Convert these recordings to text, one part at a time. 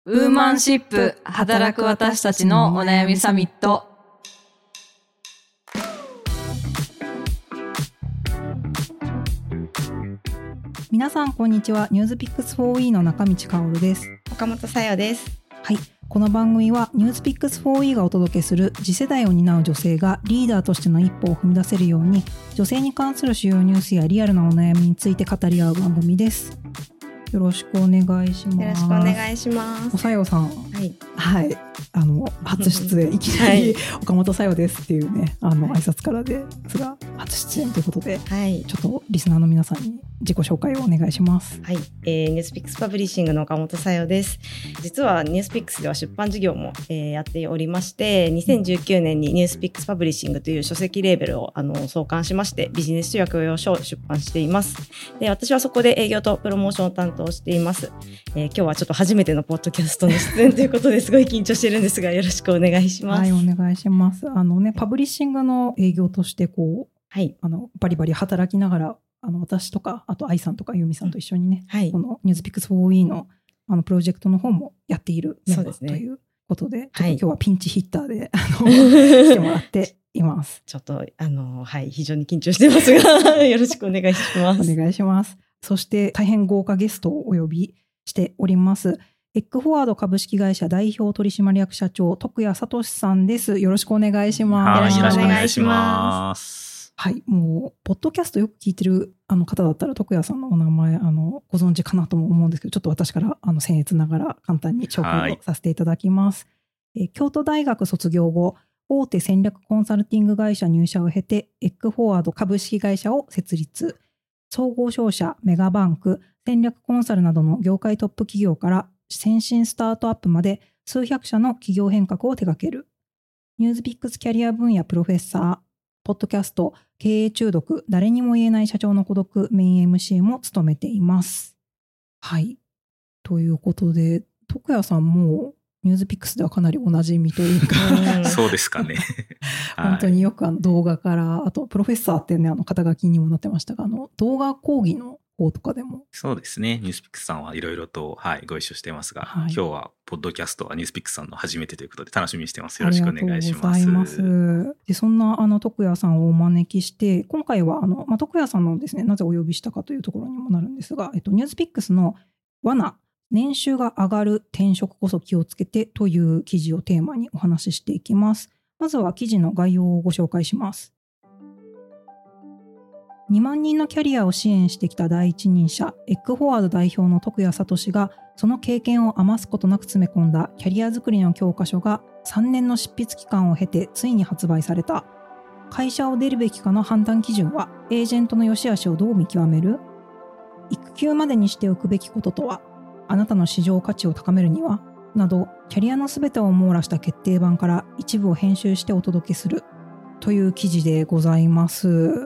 ウーマンシップ働く私たちのお悩みサミット。 皆さんこんにちは。ニュースピックス 4E の中道薫です。 岡本さよです。 はい、この番組はニュースピックス 4E がお届けする次世代を担う女性がリーダーとしての一歩を踏み出せるように、女性に関する主要ニュースやリアルなお悩みについて語り合う番組です。よろしくお願いします。 よろしくお願いします。 おさよさん、はい、初出演いきなり岡本さよですっていうね、挨拶からですが初出演ということで、ちょっとリスナーの皆さんに自己紹介をお願いします。 はい、ニュースピックスパブリッシングの岡本さよです。実はニュースピックスでは出版事業も、やっておりまして、2019年にニュースピックスパブリッシングという書籍レーベルを創刊しまして、ビジネス書や教養書を出版しています。で、私はそこで営業とプロモーションを担当しています。今日はちょっと初めてのポッドキャストの出演ということですごい緊張してるんですが、よろしくお願いします。 はい、お願いします。パブリッシングの営業としてバリバリ働きながら私とかあと愛さんとかユミさんと一緒にね、このニュースピックス 4E のプロジェクトの方もやっているメンバーということで、ちょっと今日はピンチヒッターで来てもらっています。 ちょっと非常に緊張してますがよろしくお願いします。 お願いします。そして大変豪華ゲストをお呼びしております。エッグフォワード株式会社代表取締役社長徳谷聡さんです。よろしくお願いします。 よろしくお願いします。 はい、もうポッドキャストよく聞いてる方だったら徳谷さんのお名前ご存知かなとも思うんですけど、ちょっと私から僭越ながら簡単に紹介をさせていただきます。京都大学卒業後、大手戦略コンサルティング会社入社を経てエッグフォワード株式会社を設立。総合商社、メガバンク、戦略コンサルなどの業界トップ企業から先進スタートアップまで数百社の企業変革を手掛ける。ニュースピックスキャリア分野プロフェッサー、ポッドキャスト、経営中毒、誰にも言えない社長の孤独、メイン MC も務めています。はい。ということで、徳谷さんもニュースピックスではかなりおなじみというかそうですかね本当によく動画から、あとプロフェッサーってね、肩書きにもなってましたが、動画講義の方とかでも。 そうですね。ニュースピックスさんはいろいろと、ご一緒してますが、今日はポッドキャストはニュースピックスさんの初めてということで楽しみにしてます。よろしくお願いします。 ありがとうございます。で、そんな徳谷さんをお招きして、今回は徳谷さんのですね、なぜお呼びしたかというところにもなるんですが、ニュースピックスの罠、年収が上がる転職こそ気をつけてという記事をテーマにお話ししていきます。まずは記事の概要をご紹介します。2万人のキャリアを支援してきた第一人者、エッグフォワード代表の徳谷聡が、その経験を余すことなく詰め込んだキャリア作りの教科書が3年の執筆期間を経てついに発売された。会社を出るべきかの判断基準は、エージェントの良し悪しをどう見極める？育休までにしておくべきこととは？あなたの市場価値を高めるには？など、キャリアのすべてを網羅した決定版から一部を編集してお届けするという記事でございます。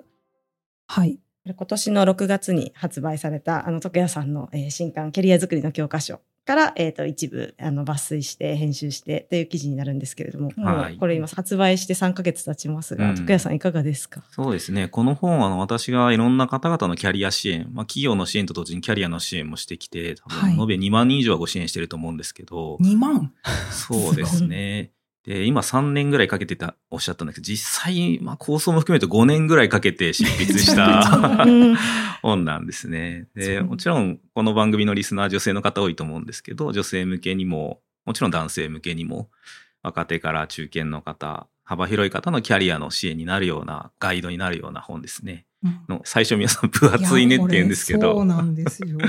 はい。 今年の6月に発売された徳谷さんの、新刊キャリア作りの教科書から、一部抜粋して編集してという記事になるんですけれども、もうこれ今発売して3ヶ月経ちますが、徳谷さんいかがですか？ そうですね。この本は私がいろんな方々のキャリア支援、企業の支援と同時にキャリアの支援もしてきて、多分延べ2万人以上はご支援してると思うんですけど。 2万？ そうですね。で、今3年ぐらいかけておっしゃったんだけど、実際、構想も含めて5年ぐらいかけて執筆した本なんですね。で、もちろんこの番組のリスナー女性の方多いと思うんですけど、女性向けにも、もちろん男性向けにも、若手から中堅の方、幅広い方のキャリアの支援になるような、ガイドになるような本ですね。の最初皆さん分厚いねって言うんですけど。 そうなんですよ。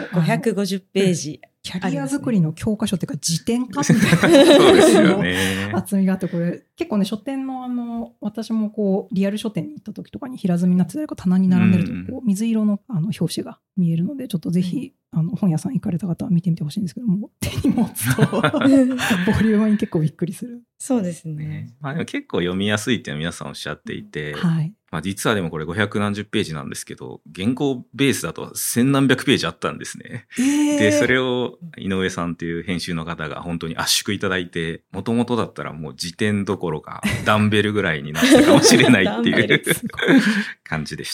550ページ。 キャリア作りの教科書っていうか辞典かみたいなそうですよね。 厚みがあって、これ結構ね、書店の私もリアル書店に行った時とかに平積みになってたりとか棚に並んでると水色の表紙が見えるので、ちょっとぜひ本屋さん行かれた方は見てみてほしいんですけども、手に持つとボリュームに結構びっくりする。 そうですね。 でも結構読みやすいっていうのは皆さんおっしゃっていて、実はでもこれ500何十ページなんですけど、原稿ベースだと千何百ページあったんですね。で、それを井上さんっていう編集の方が本当に圧縮いただいて、もともとだったらもう辞典どころかダンベルぐらいになったかもしれないっていう感じでした。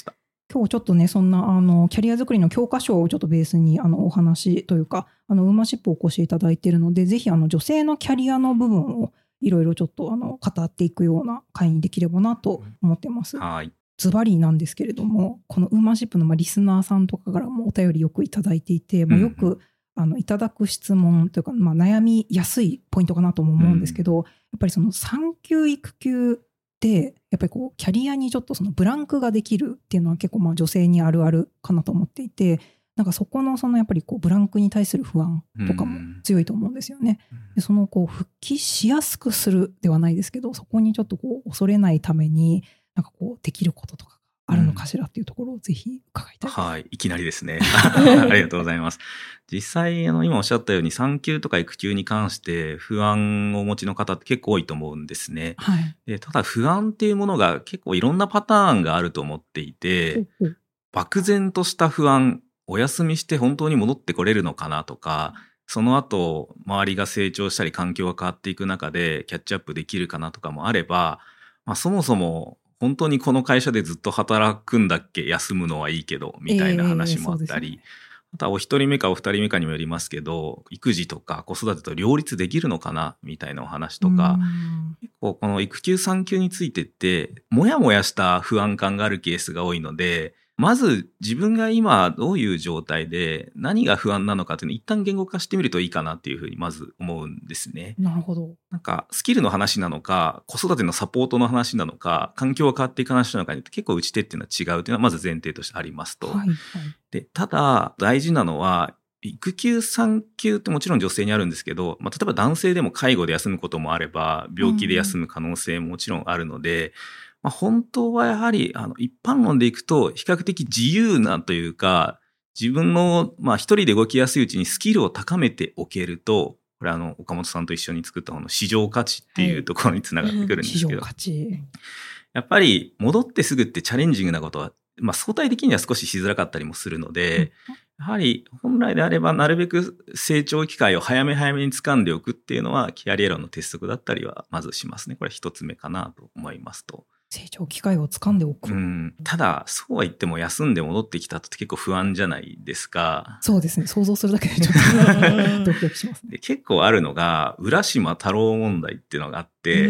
今日ちょっとね、そんなキャリア作りの教科書をちょっとベースにお話というか、ウーマンシップをお越しいただいているので、ぜひ女性のキャリアの部分をいろいろちょっと語っていくような会にできればなと思ってます。 はい。 ズバリなんですけれども、このウーマンシップのリスナーさんとかからもお便りよくいただいていて、よくいただく質問というか、悩みやすいポイントかなとも思うんですけど、やっぱりその産休育休でやっぱりこうキャリアにちょっとそのブランクができるっていうのは結構女性にあるあるかなと思っていて、なんかそこのやっぱりこうブランクに対する不安とかも強いと思うんですよね。でそのこう復帰しやすくするではないですけど、そこにちょっとこう恐れないためになんかこうできることとかあるのかしらっていうところをぜひ伺いたいです。 はい、いきなりですね。ありがとうございます。実際今おっしゃったように産休とか育休に関して不安をお持ちの方って結構多いと思うんですね。 はい、 でただ不安っていうものが結構いろんなパターンがあると思っていて、漠然とした不安、お休みして本当に戻ってこれるのかなとか、その後周りが成長したり環境が変わっていく中でキャッチアップできるかなとかもあれば、そもそも本当にこの会社でずっと働くんだっけ、休むのはいいけどみたいな話もあったり、あとはお一人目かお二人目かにもよりますけど、育児とか子育てと両立できるのかなみたいなお話とか、結構この育休産休についてってもやもやした不安感があるケースが多いので、まず自分が今どういう状態で何が不安なのかっていうのを一旦言語化してみるといいかなっていうふうにまず思うんですね。 なるほど。 なんかスキルの話なのか、子育てのサポートの話なのか、環境が変わっていく話なのかに結構打ち手っていうのは違うっていうのはまず前提としてありますと。 はいはい、 でただ大事なのは育休産休ってもちろん女性にあるんですけど、例えば男性でも介護で休むこともあれば病気で休む可能性ももちろんあるので、本当はやはり一般論でいくと比較的自由なというか、自分の一人で動きやすいうちにスキルを高めておけると、これ岡本さんと一緒に作った市場価値っていうところにつながってくるんですけど、 市場価値、 やっぱり戻ってすぐってチャレンジングなことは、相対的には少ししづらかったりもするので、やはり本来であればなるべく成長機会を早め早めに掴んでおくっていうのはキャリア論の鉄則だったりはまずしますね。これ一つ目かなと思いますと。 成長機会を掴んでおく、 ただそうは言っても休んで戻ってきた後って結構不安じゃないですか。 そうですね、想像するだけでちょっとドキドキしますね。 で結構あるのが浦島太郎問題っていうのがあって、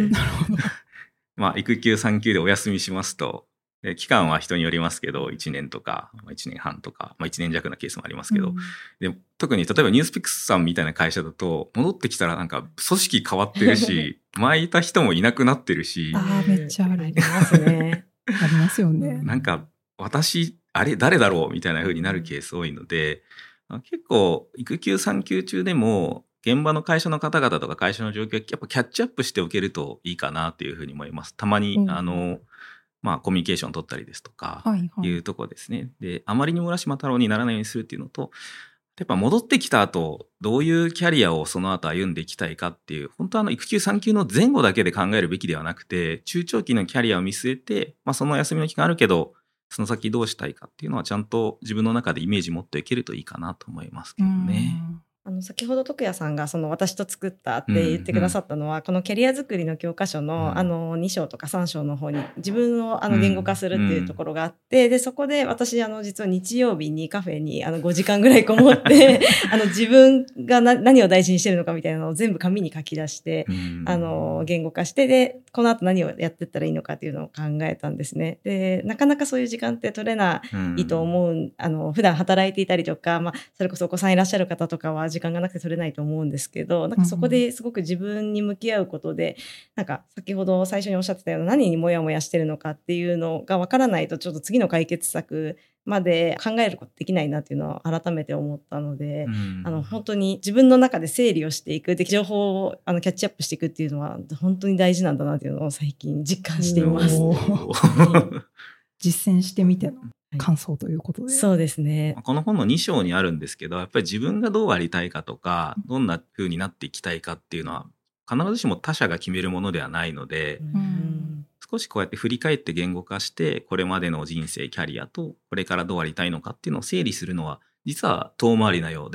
なるほど。 育休産休でお休みしますと、期間は人によりますけど1年とか1年半とか、1年弱なケースもありますけど、で特に例えばニュースピックスさんみたいな会社だと戻ってきたらなんか組織変わってるし前いた人もいなくなってるし、 めっちゃありますね。 ありますよね。 なんか私あれ誰だろうみたいな風になるケース多いので、結構育休産休中でも現場の会社の方々とか会社の状況やっぱキャッチアップしておけるといいかなというふうに思います。たまにコミュニケーションを取ったりですとかいうところですね。であまりにも浦島太郎にならないようにするっていうのと、やっぱ戻ってきた後どういうキャリアをその後歩んでいきたいかっていう、本当は育休産休の前後だけで考えるべきではなくて、中長期のキャリアを見据えて、その休みの期間あるけどその先どうしたいかっていうのはちゃんと自分の中でイメージ持っていけるといいかなと思いますけどね。 先ほど徳谷さんが私と作ったって言ってくださったのは、このキャリア作りの教科書の、2章とか3章の方に自分を言語化するっていうところがあって、でそこで私実は日曜日にカフェに5時間ぐらいこもって自分が何を大事にしてるのかみたいなのを全部紙に書き出して、言語化して、でこの後何をやってったらいいのかっていうのを考えたんですね。でなかなかそういう時間って取れないと思う、普段働いていたりとか、それこそお子さんいらっしゃる方とかは時間がなくて取れないと思うんですけど、なんかそこですごく自分に向き合うことで、なんか先ほど最初におっしゃってたような何にモヤモヤしてるのかっていうのが分からないと、ちょっと次の解決策まで考えることできないなっていうのは改めて思ったので、本当に自分の中で整理をしていく、で情報をキャッチアップしていくっていうのは本当に大事なんだなっていうのを最近実感しています。 実践してみての感想ということで、 そうですね。 この本の2章にあるんですけど、やっぱり自分がどうありたいかとかどんな風になっていきたいかっていうのは必ずしも他者が決めるものではないので、少しこうやって振り返って言語化して、これまでの人生キャリアとこれからどうありたいのかっていうのを整理するのは実は遠回りなようで、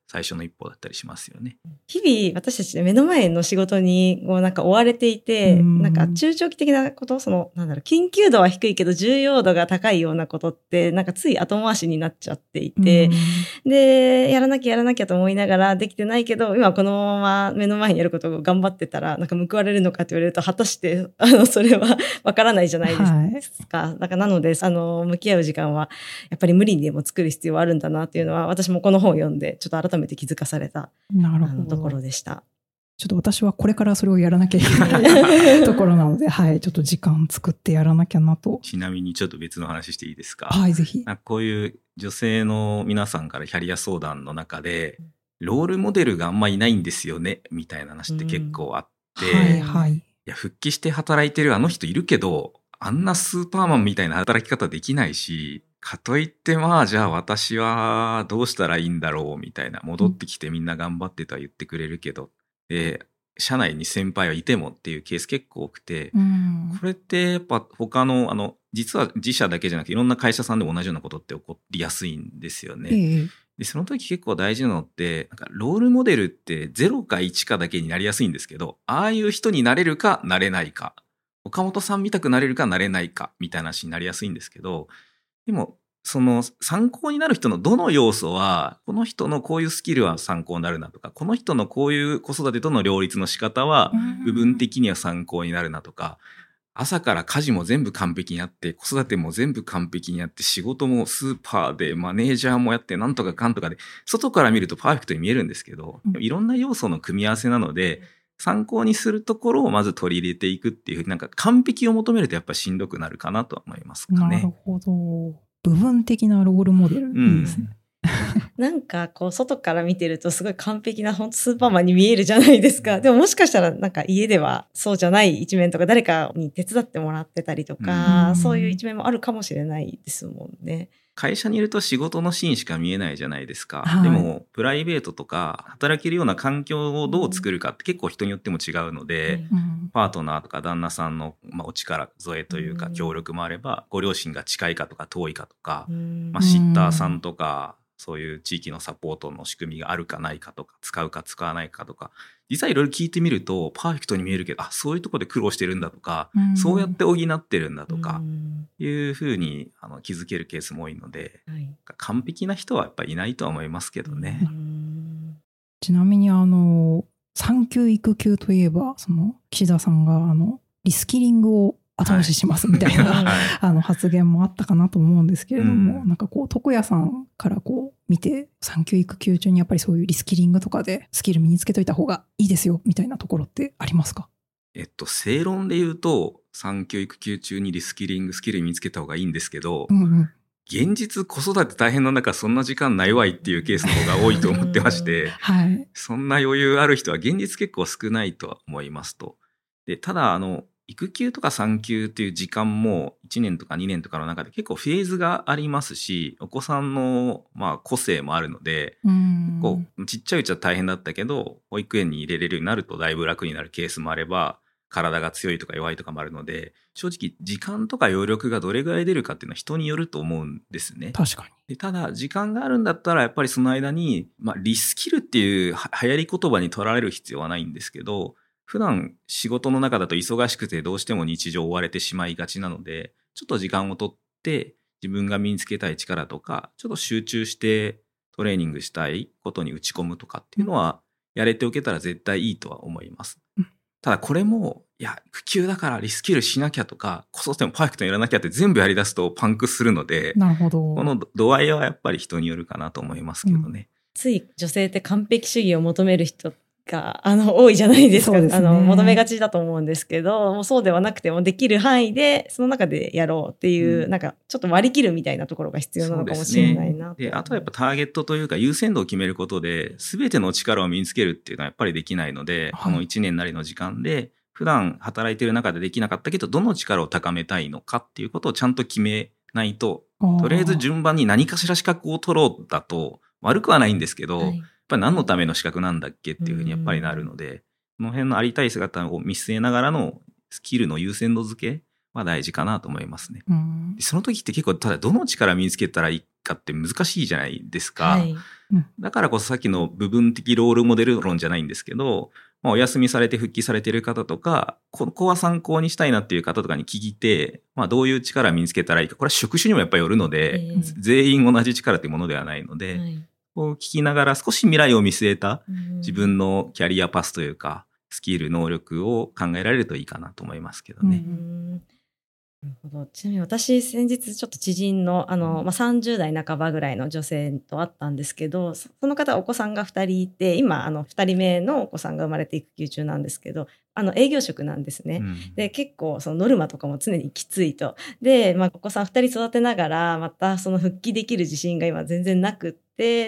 最初の一歩だったりしますよね。 日々私たち目の前の仕事になんか追われていて、なんか中長期的なこと、緊急度は低いけど重要度が高いようなことって、なんかつい後回しになっちゃっていて、で、やらなきゃと思いながらできてないけど、今このまま目の前にやることを頑張ってたら、なんか報われるのかって言われると、果たして、それはわからないじゃないですか。だからなので、向き合う時間は、やっぱり無理にでも作る必要はあるんだなっていうのは、私もこの本を読んで、ちょっと改めて気づかされたところでした。 ちょっと私はこれからそれをやらなきゃいけないところなので、はい、ちょっと時間作ってやらなきゃなと。 ちなみにちょっと別の話していいですか？ はい、ぜひ。 こういう女性の皆さんからキャリア相談の中で、ロールモデルがあんまいないんですよね、みたいな話って結構あって、 はいはい、 いや、復帰して働いてるあの人いるけど、あんなスーパーマンみたいな働き方できないし、かといってじゃあ私はどうしたらいいんだろうみたいな、戻ってきてみんな頑張ってとは言ってくれるけど、社内に先輩はいてもっていうケース結構多くて、これってやっぱ他の実は自社だけじゃなくていろんな会社さんでも同じようなことって起こりやすいんですよね。でその時結構大事なのってなんかロールモデルって0か1かだけになりやすいんですけど、ああいう人になれるかなれないか、岡本さん見たくなれるかなれないかみたいな話になりやすいんですけど、でもその参考になる人のどの要素は、この人のこういうスキルは参考になるなとか、この人のこういう子育てとの両立の仕方は部分的には参考になるなとか、朝から家事も全部完璧にやって、子育ても全部完璧にやって、仕事もスーパーでマネージャーもやって、なんとかかんとかで、外から見るとパーフェクトに見えるんですけど、いろんな要素の組み合わせなので、参考にするところをまず取り入れていくっていうふうに、なんか完璧を求めるとやっぱしんどくなるかなと思いますかね。 なるほど。部分的なロールモデルですね。 なんかこう外から見てるとすごい完璧な本当スーパーマンに見えるじゃないですか。でももしかしたらなんか家ではそうじゃない一面とか誰かに手伝ってもらってたりとか、そういう一面もあるかもしれないですもんね。 会社にいると仕事のシーンしか見えないじゃないですか。でもプライベートとか働けるような環境をどう作るかって結構人によっても違うので、パートナーとか旦那さんのお力添えというか協力もあれば、ご両親が近いかとか遠いかとか、シッターさんとかそういう地域のサポートの仕組みがあるかないかとか、使うか使わないかとか、実はいろいろ聞いてみるとパーフェクトに見えるけど、そういうところで苦労してるんだとか、そうやって補ってるんだとかいうふうに気づけるケースも多いので、完璧な人はやっぱりいないとは思いますけどね。 ちなみに産休育休といえば、岸田さんがリスキリングを後押ししますみたいな、発言もあったかなと思うんですけれども、なんかこう徳谷さんからこう見て、産休育休中にやっぱりそういうリスキリングとかでスキル身につけといた方がいいですよみたいなところってありますか？ 正論で言うと産休育休中にリスキリングスキル身につけた方がいいんですけど、現実子育て大変な中そんな時間ないわいっていうケースの方が多いと思ってまして、そんな余裕ある人は現実結構少ないとは思いますと。でただ育休とか産休っていう時間も1年とか2年とかの中で結構フェーズがありますし、お子さんの個性もあるので、こうちっちゃいうちは大変だったけど保育園に入れれるようになるとだいぶ楽になるケースもあれば、体が強いとか弱いとかもあるので、正直時間とか余力がどれぐらい出るかっていうのは人によると思うんですね。 確かに。 でただ時間があるんだったらやっぱりその間に、リスキルっていう流行り言葉に取られる必要はないんですけど、普段仕事の中だと忙しくてどうしても日常追われてしまいがちなので、ちょっと時間をとって自分が身につけたい力とか、ちょっと集中してトレーニングしたいことに打ち込むとかっていうのはやれておけたら絶対いいとは思います。ただこれも育休だからリスキルしなきゃとか、子育てもパーフェクトにやらなきゃって全部やり出すとパンクするので、 なるほど。 この度合いはやっぱり人によるかなと思いますけどね。 つい女性って完璧主義を求める人が多いじゃないですか。求めがちだと思うんですけど、もうそうではなくてもできる範囲でその中でやろうっていう、なんかちょっと割り切るみたいなところが必要なのかもしれないな。 であとはやっぱターゲットというか優先度を決めることで全ての力を身につけるっていうのはやっぱりできないので、この1年なりの時間で普段働いてる中でできなかったけどどの力を高めたいのかっていうことをちゃんと決めないと、とりあえず順番に何かしら資格を取ろうだと悪くはないんですけど、やっぱり何のための資格なんだっけっていうふうにやっぱりなるので、この辺のありたい姿を見据えながらのスキルの優先度付けは大事かなと思いますね。その時って結構ただどの力身につけたらいいかって難しいじゃないですか。 はい、 だからこそさっきの部分的ロールモデル論じゃないんですけど、お休みされて復帰されている方とか、ここは参考にしたいなっていう方とかに聞いて、どういう力を身につけたらいいか、これは職種にもやっぱりよるので、全員同じ力というものではないので、こう聞きながら少し未来を見据えた自分のキャリアパスというか、スキル、能力を考えられるといいかなと思いますけどね。 なるほど。ちなみに私先日ちょっと知人の30代半ばぐらいの女性と会ったんですけど、その方はお子さんが2人いて、今2人目のお子さんが生まれて育休中なんですけど、営業職なんですね。で結構そのノルマとかも常にきついと。で、お子さん2人育てながらまたその復帰できる自信が今全然なくって、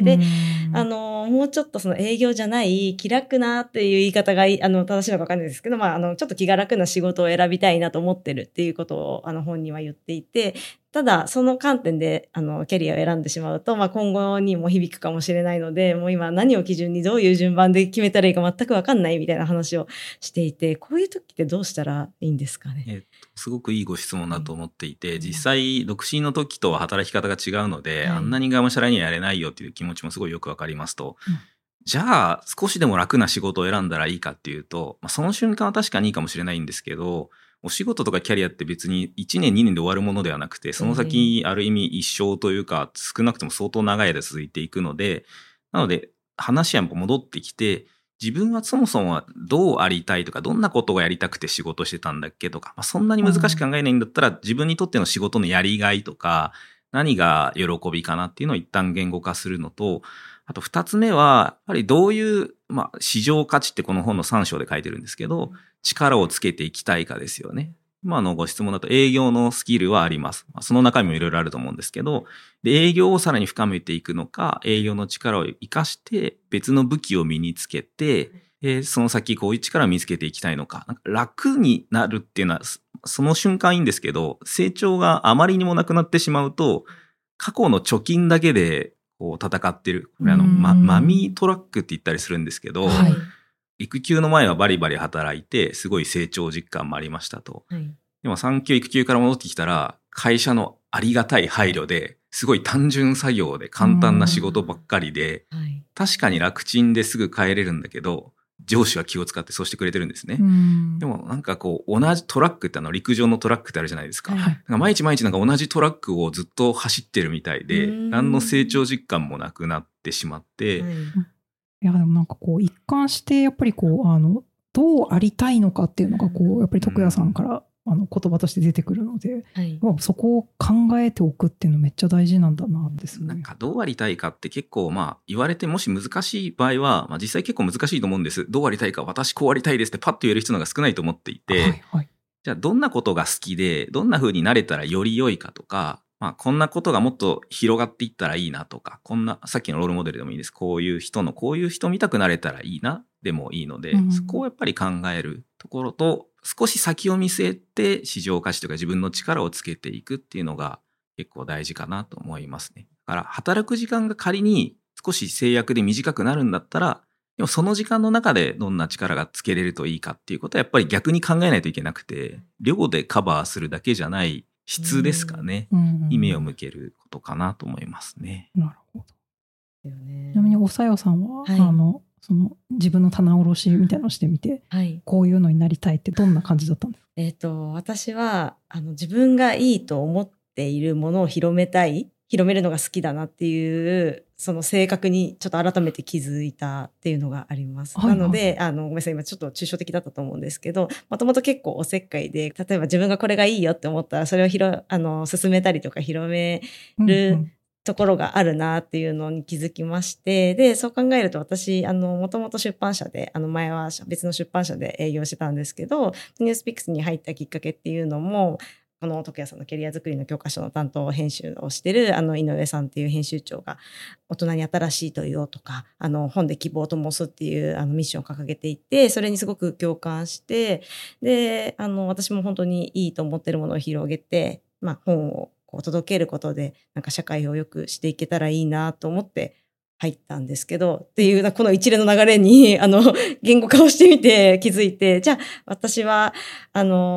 でもうちょっとその営業じゃない気楽なっていう言い方が正しいのか分かんないですけど、ちょっと気が楽な仕事を選びたいなと思ってるっていうことを本人は言っていて、ただその観点でキャリアを選んでしまうと、今後にも響くかもしれないので、もう今何を基準にどういう順番で決めたらいいか全く分かんないみたいな話をしていて、こういう時ってどうしたらいいんですかね。 すごくいいご質問だと思っていて、実際独身の時とは働き方が違うので、あんなにがむしゃらにはやれないよっていう気持ちもすごいよくわかりますと、じゃあ少しでも楽な仕事を選んだらいいかっていうと、その瞬間は確かにいいかもしれないんですけど、お仕事とかキャリアって別に1年2年で終わるものではなくて、その先ある意味一生というか少なくとも相当長い間続いていくので、なので話は戻ってきて、自分はそもそもはどうありたいとか、どんなことがやりたくて仕事してたんだっけとか、そんなに難しく考えないんだったら、自分にとっての仕事のやりがいとか、何が喜びかなっていうのを一旦言語化するのと、あと2つ目は、やっぱりどういう、市場価値ってこの本の3章で書いてるんですけど、力をつけていきたいかですよね。今のご質問だと営業のスキルはあります。その中身もいろいろあると思うんですけど、で営業をさらに深めていくのか、営業の力を生かして別の武器を身につけて、その先こういう力を見つけていきたいのか、楽になるっていうのはその瞬間いいんですけど、成長があまりにもなくなってしまうと、過去の貯金だけでこう戦ってる。これマミートラックって言ったりするんですけど、育休の前はバリバリ働いてすごい成長実感もありましたと。でも産休育休から戻ってきたら、会社のありがたい配慮ですごい単純作業で簡単な仕事ばっかりで、確かに楽ちんですぐ帰れるんだけど、上司は気を使ってそうしてくれてるんですね。でも同じトラックって陸上のトラックってあるじゃないですか。毎日毎日同じトラックをずっと走ってるみたいで、何の成長実感もなくなってしまって、 いやでも一貫してやっぱりどうありたいのかっていうのがやっぱり徳谷さんから言葉として出てくるので、そこを考えておくっていうのめっちゃ大事なんだなですね。 どうありたいかって結構言われてもし難しい場合は、実際結構難しいと思うんです。どうありたいか、私こうありたいですってパッと言える人の方が少ないと思っていて、じゃあどんなことが好きでどんな風になれたらより良いかとか、こんなことがもっと広がっていったらいいなとか、さっきのロールモデルでもいいです。こういう人見たくなれたらいいなでもいいので、そこをやっぱり考えるところと、少し先を見据えて市場価値とか自分の力をつけていくっていうのが結構大事かなと思いますね。だから働く時間が仮に少し制約で短くなるんだったら、でもその時間の中でどんな力がつけれるといいかっていうことはやっぱり逆に考えないといけなくて、量でカバーするだけじゃない質ですかね、に目を向けることかなと思いますね。 なるほど。ちなみにおさよさんは、その自分の棚卸しみたいなのをしてみて、こういうのになりたいってどんな感じだったんですか？ 私は自分がいいと思っているものを広めるのが好きだなっていうその性格にちょっと改めて気づいたっていうのがあります。なのでごめんなさい、今ちょっと抽象的だったと思うんですけど、もともと結構おせっかいで、例えば自分がこれがいいよって思ったらそれを進めたりとか広める、ところがあるなっていうのに気づきまして、でそう考えると私もともと出版社で前は別の出版社で営業してたんですけど、ニュースピックスに入ったきっかけっていうのも、この徳谷さんのキャリア作りの教科書の担当編集をしてる井上さんっていう編集長が、大人に新しい問いをとか本で希望を灯すっていうミッションを掲げていて、それにすごく共感して、で私も本当にいいと思ってるものを広げて、本を届けることで社会を良くしていけたらいいなと思って入ったんですけど、っていうこの一連の流れに言語化をしてみて気づいて、じゃあ私は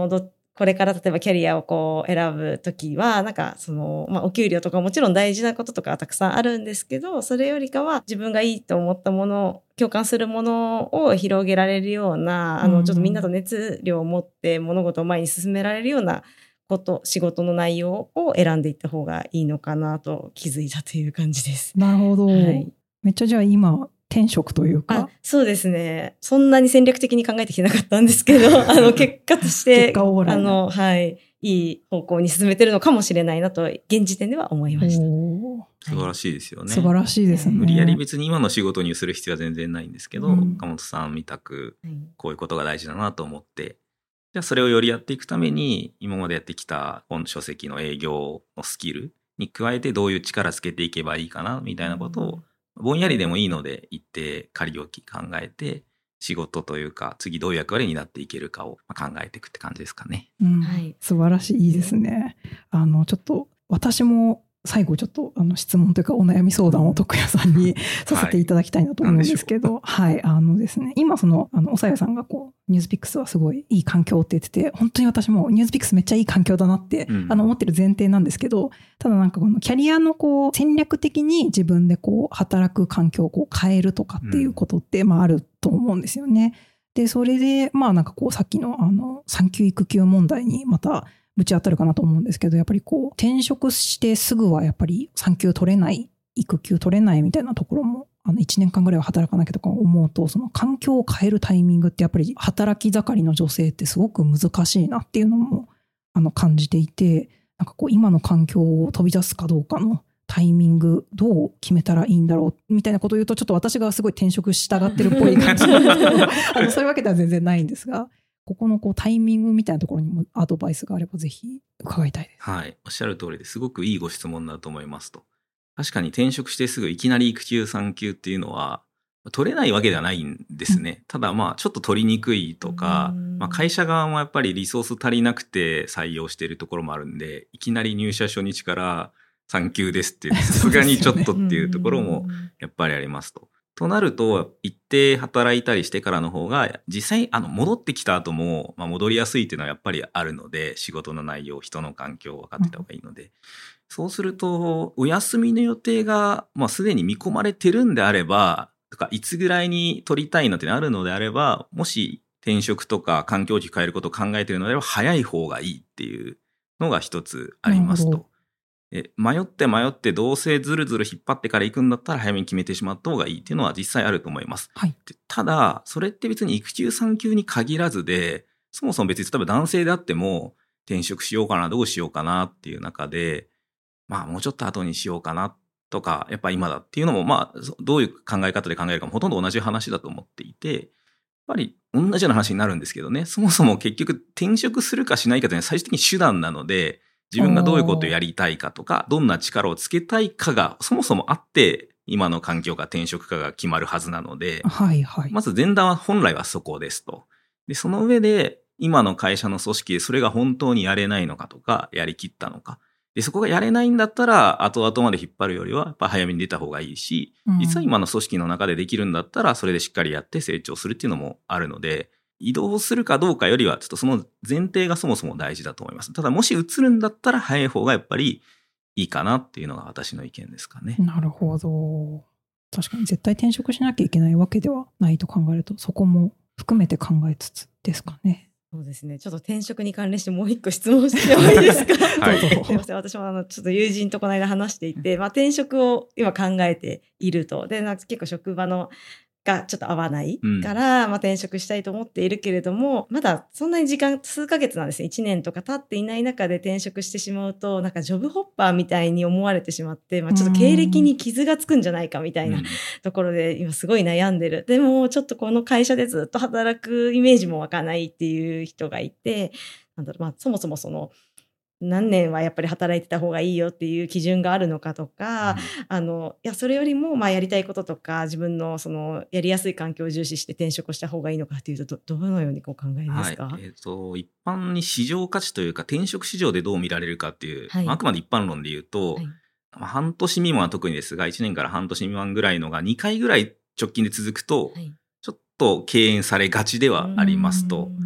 これから例えばキャリアをこう選ぶときは、なんかその、お給料とかもちろん大事なこととかたくさんあるんですけど、それよりかは自分がいいと思ったもの、共感するものを広げられるような、ちょっとみんなと熱量を持って物事を前に進められるようなこと、仕事の内容を選んでいった方がいいのかなと気づいたという感じです。 なるほど。 はい、めっちゃじゃあ今、転職というか。 そうですね。そんなに戦略的に考えてきてなかったんですけど、結果として、はい、いい方向に進めてるのかもしれないなと、現時点では思いました。 素晴らしいですよね。 素晴らしいですね。 無理やり別に今の仕事にする必要は全然ないんですけど、岡本さんみたく、こういうことが大事だなと思って、じゃあそれをよりやっていくために、今までやってきた本書籍の営業のスキルに加えてどういう力つけていけばいいかな、みたいなことを、ぼんやりでもいいので一定仮置き考えて仕事というか次どういう役割になっていけるかを考えていくって感じですかね。 はい、素晴らしい、いいですね。ちょっと私も最後ちょっと質問というかお悩み相談を徳谷さんにさせていただきたいなと思うんですけど、はい、ですね、今おさやさんがニュースピックスはすごいいい環境って言ってて、本当に私もニュースピックスめっちゃいい環境だなって、思ってる前提なんですけど、ただなんかキャリアの戦略的に自分で働く環境を変えるとかっていうことってあると思うんですよね。で、それでなんかさっきの産休育休問題にまたぶち当たるかなと思うんですけど、やっぱり転職してすぐはやっぱり産休取れない、育休取れないみたいなところも1年間ぐらいは働かなきゃとか思うと、その環境を変えるタイミングってやっぱり働き盛りの女性ってすごく難しいなっていうのも感じていて、なんか今の環境を飛び出すかどうかのタイミングどう決めたらいいんだろうみたいなことを言うと、ちょっと私がすごい転職したがってるっぽい感じなんですけどそういうわけでは全然ないんですが、ここのタイミングみたいなところにもアドバイスがあればぜひ伺いたいです。 はい、おっしゃる通りですごくいいご質問だと思いますと。確かに転職してすぐいきなり育休産休っていうのは取れないわけではないんですね。ただちょっと取りにくいとか、会社側もやっぱりリソース足りなくて採用しているところもあるんで、いきなり入社初日から産休ですってさすがにちょっとっていうところもやっぱりありますと。となると一定働いたりしてからの方が実際戻ってきた後も戻りやすいっていうのはやっぱりあるので、仕事の内容、人の環境を分かってた方がいいので、そうするとお休みの予定がすでに見込まれてるんであればとか、いつぐらいに取りたいのってあるのであれば、もし転職とか環境を変えることを考えているのであれば早い方がいいっていうのが一つありますと。迷ってどうせずるずる引っ張ってから行くんだったら早めに決めてしまった方がいいっていうのは実際あると思います。 はい、 ただそれって別に育休産休に限らずで、そもそも別に例えば男性であっても転職しようかなどうしようかなっていう中で、もうちょっと後にしようかなとか、やっぱ今だっていうのもどういう考え方で考えるかもほとんど同じ話だと思っていて、やっぱり同じような話になるんですけどね、そもそも結局転職するかしないかというのは最終的に手段なので、自分がどういうことをやりたいかとか、どんな力をつけたいかがそもそもあって、今の環境か転職かが決まるはずなので、 はいはい、 まず前段は本来はそこですと。で、その上で今の会社の組織でそれが本当にやれないのかとか、やりきったのか。で、そこがやれないんだったら、後々まで引っ張るよりは、やっぱ早めに出た方がいいし、実は今の組織の中でできるんだったら、それでしっかりやって成長するっていうのもあるので、移動するかどうかよりは、ちょっとその前提がそもそも大事だと思います。ただ、もし移るんだったら、早い方がやっぱりいいかなっていうのが私の意見ですかね。 なるほど。確かに絶対転職しなきゃいけないわけではないと考えると、そこも含めて考えつつですかね。 そうですね。ちょっと転職に関連してもう一個質問してもいいですか？ はい、 すいません。私もちょっと友人とこの間話していて、転職を今考えていると。で、結構職場のがちょっと合わないから、転職したいと思っているけれども、まだそんなに時間数ヶ月なんですね。1年とか経っていない中で転職してしまうと、なんかジョブホッパーみたいに思われてしまって、ちょっと経歴に傷がつくんじゃないかみたいなところで今すごい悩んでる。でもちょっとこの会社でずっと働くイメージも湧かないっていう人がいて、そもそもその何年はやっぱり働いてた方がいいよっていう基準があるのかとか、いやそれよりもやりたいこととか自分のそのやりやすい環境を重視して転職をした方がいいのかっていうと、どのようにお考えですか？ 一般に市場価値というか転職市場でどう見られるかっていう、あくまで一般論で言うと、半年未満は特にですが1年から半年未満ぐらいのが2回ぐらい直近で続くと、ちょっと敬遠されがちではありますと。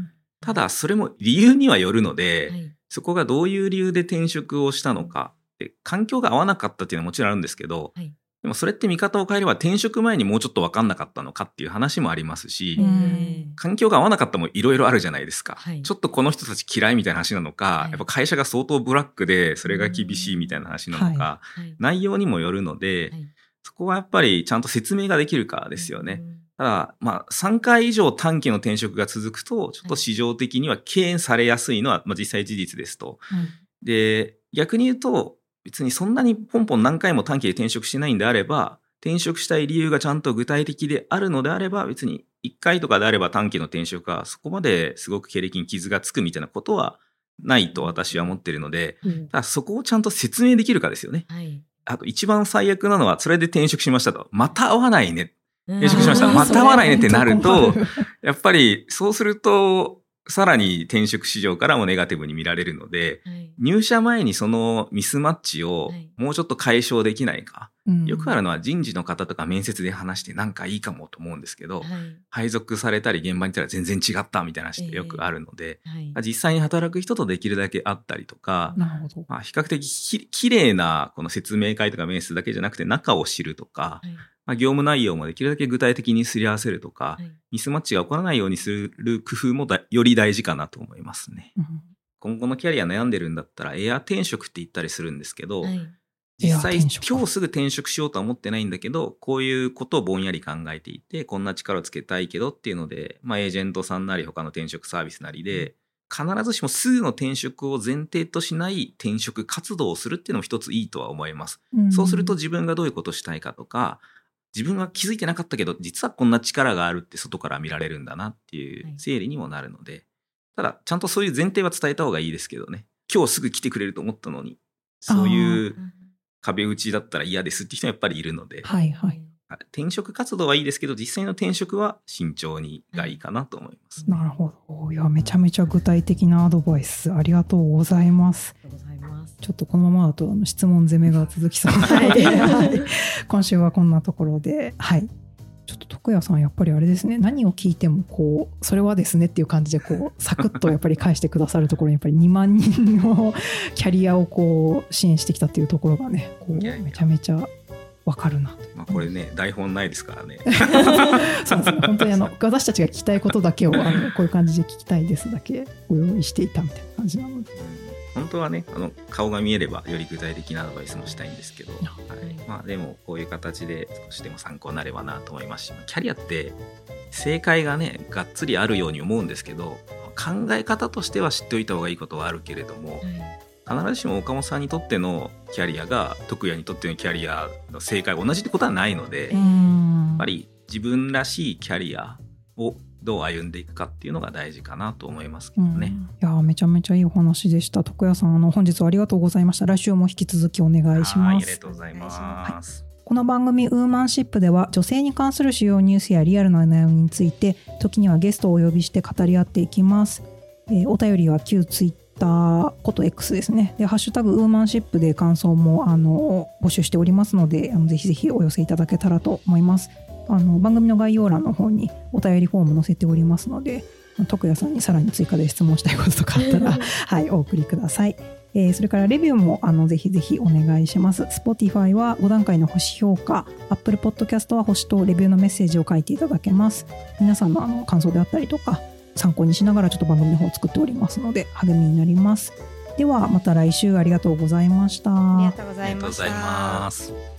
ただそれも理由にはよるので、 はい、 そこがどういう理由で転職をしたのかで、環境が合わなかったっていうのはもちろんあるんですけど、 はい、 でもそれって見方を変えれば転職前にもうちょっと分かんなかったのかっていう話もありますし、環境が合わなかったもいろいろあるじゃないですか、はい、ちょっとこの人たち嫌いみたいな話なのか、はい、やっぱ会社が相当ブラックでそれが厳しいみたいな話なのか、はい、内容にもよるので、はい、そこはやっぱりちゃんと説明ができるかですよね。ただ3回以上短期の転職が続くとちょっと市場的には敬遠されやすいのは実際事実ですと、はい、で逆に言うと別にそんなにポンポン何回も短期で転職しないんであれば、転職したい理由がちゃんと具体的であるのであれば、別に1回とかであれば短期の転職はそこまですごく経歴に傷がつくみたいなことはないと私は思っているので、ただそこをちゃんと説明できるかですよね、はい、あと一番最悪なのはそれで転職しましたと、また会わないね、転職しましたまた会わないねってなると、やっぱりそうするとさらに転職市場からもネガティブに見られるので、はい、入社前にそのミスマッチをもうちょっと解消できないか、はい、よくあるのは人事の方とか面接で話してなんかいいかもと思うんですけど、はい、配属されたり現場に行ったら全然違ったみたいな話ってよくあるので、はい、実際に働く人とできるだけ会ったりとか、比較的きれいなこの説明会とか面接だけじゃなくて中を知るとか、はい、業務内容もできるだけ具体的にすり合わせるとか、はい、ミスマッチが起こらないようにする工夫もより大事かなと思いますね、うん、今後のキャリア悩んでるんだったらエア転職って言ったりするんですけど、はい、実際今日すぐ転職しようとは思ってないんだけど、こういうことをぼんやり考えていてこんな力をつけたいけどっていうので、エージェントさんなり他の転職サービスなりで、必ずしもすぐの転職を前提としない転職活動をするっていうのも一ついいとは思います、うん、そうすると自分がどういうことをしたいかとか、自分は気づいてなかったけど実はこんな力があるって外から見られるんだなっていう整理にもなるので、はい、ただちゃんとそういう前提は伝えた方がいいですけどね、今日すぐ来てくれると思ったのにそういう壁打ちだったら嫌ですって人はやっぱりいるので、はいはい、転職活動はいいですけど実際の転職は慎重にがいいかなと思います、ね、 なるほど。いやめちゃめちゃ具体的なアドバイスありがとうございます。ちょっとこのままだと質問攻めが続きそうなので、はい、今週はこんなところで、はい、ちょっと徳谷さんやっぱりあれですね、何を聞いてもこうそれはですねっていう感じでこうサクッとやっぱり返してくださるところにやっぱり2万人のキャリアをこう支援してきたっていうところがね、こうめちゃめちゃわかるなと。 これね台本ないですからねそうですね、本当に私たちが聞きたいことだけをこういう感じで聞きたいですだけご用意していたみたいな感じなので、 本当はね顔が見えればより具体的なアドバイスもしたいんですけど、はい、でもこういう形で少しでも参考になればなと思いますし、キャリアって正解がねがっつりあるように思うんですけど、考え方としては知っておいた方がいいことはあるけれども、必ずしも岡本さんにとってのキャリアが徳谷にとってのキャリアの正解が同じってことはないので、やっぱり自分らしいキャリアをどう歩んでいくかっていうのが大事かなと思いますけどね、 いやめちゃめちゃいいお話でした。徳谷さん本日はありがとうございました。来週も引き続きお願いします。 ありがとうございます、 はい、この番組ウーマンシップでは女性に関する主要ニュースやリアルな悩みについて時にはゲストをお呼びして語り合っていきます。お便りは旧ツイッターこと X ですね。でハッシュタグウーマンシップで感想も募集しておりますのでぜひぜひお寄せいただけたらと思います。番組の概要欄の方にお便りフォーム載せておりますので、徳谷さんにさらに追加で質問したいこととかあったら、はい、お送りください。それからレビューもぜひぜひお願いします。 Spotify は5段階の星評価、 Apple Podcast は星とレビューのメッセージを書いていただけます。皆さんの感想であったりとか参考にしながらちょっと番組の方を作っておりますので励みになります。ではまた来週ありがとうございました。 ありがとうございました。 ありがとうございます。